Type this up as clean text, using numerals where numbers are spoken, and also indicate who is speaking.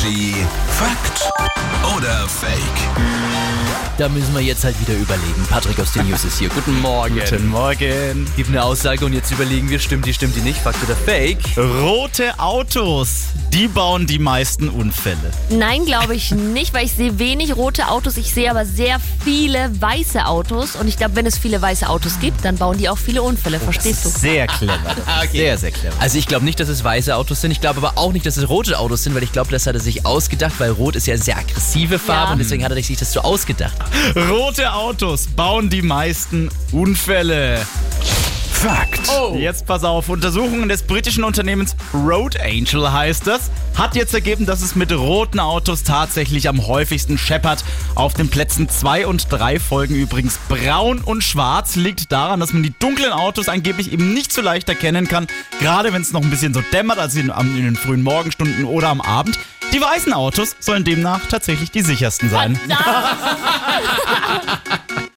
Speaker 1: Energy Fakt oder Fake?
Speaker 2: Da müssen wir jetzt halt wieder überlegen. Patrick aus den News ist hier. Guten Morgen.
Speaker 3: Guten Morgen.
Speaker 2: Gib eine Aussage und jetzt überlegen wir, stimmt die nicht, Fakt oder Fake?
Speaker 3: Rote Autos, die bauen die meisten Unfälle.
Speaker 4: Nein, glaube ich nicht, weil ich sehe wenig rote Autos. Ich sehe aber sehr viele weiße Autos. Und ich glaube, wenn es viele weiße Autos gibt, dann bauen die auch viele Unfälle. Verstehst du?
Speaker 3: Sehr clever.
Speaker 2: Okay.
Speaker 3: Sehr, sehr clever.
Speaker 2: Also ich glaube nicht, dass es weiße Autos sind. Ich glaube aber auch nicht, dass es rote Autos sind, weil ich glaube, das hat er sich ausgedacht, weil Rot ist ja eine sehr aggressive Farbe und deswegen hat er sich das so ausgedacht.
Speaker 3: Rote Autos bauen die meisten Unfälle.
Speaker 1: Fakt.
Speaker 3: Jetzt pass auf, Untersuchungen des britischen Unternehmens Road Angel heißt das, hat jetzt ergeben, dass es mit roten Autos tatsächlich am häufigsten scheppert. Auf den Plätzen 2 und 3 folgen übrigens braun und schwarz. Liegt daran, dass man die dunklen Autos angeblich eben nicht so leicht erkennen kann, gerade wenn es noch ein bisschen so dämmert, also in den frühen Morgenstunden oder am Abend. Die weißen Autos sollen demnach tatsächlich die sichersten sein.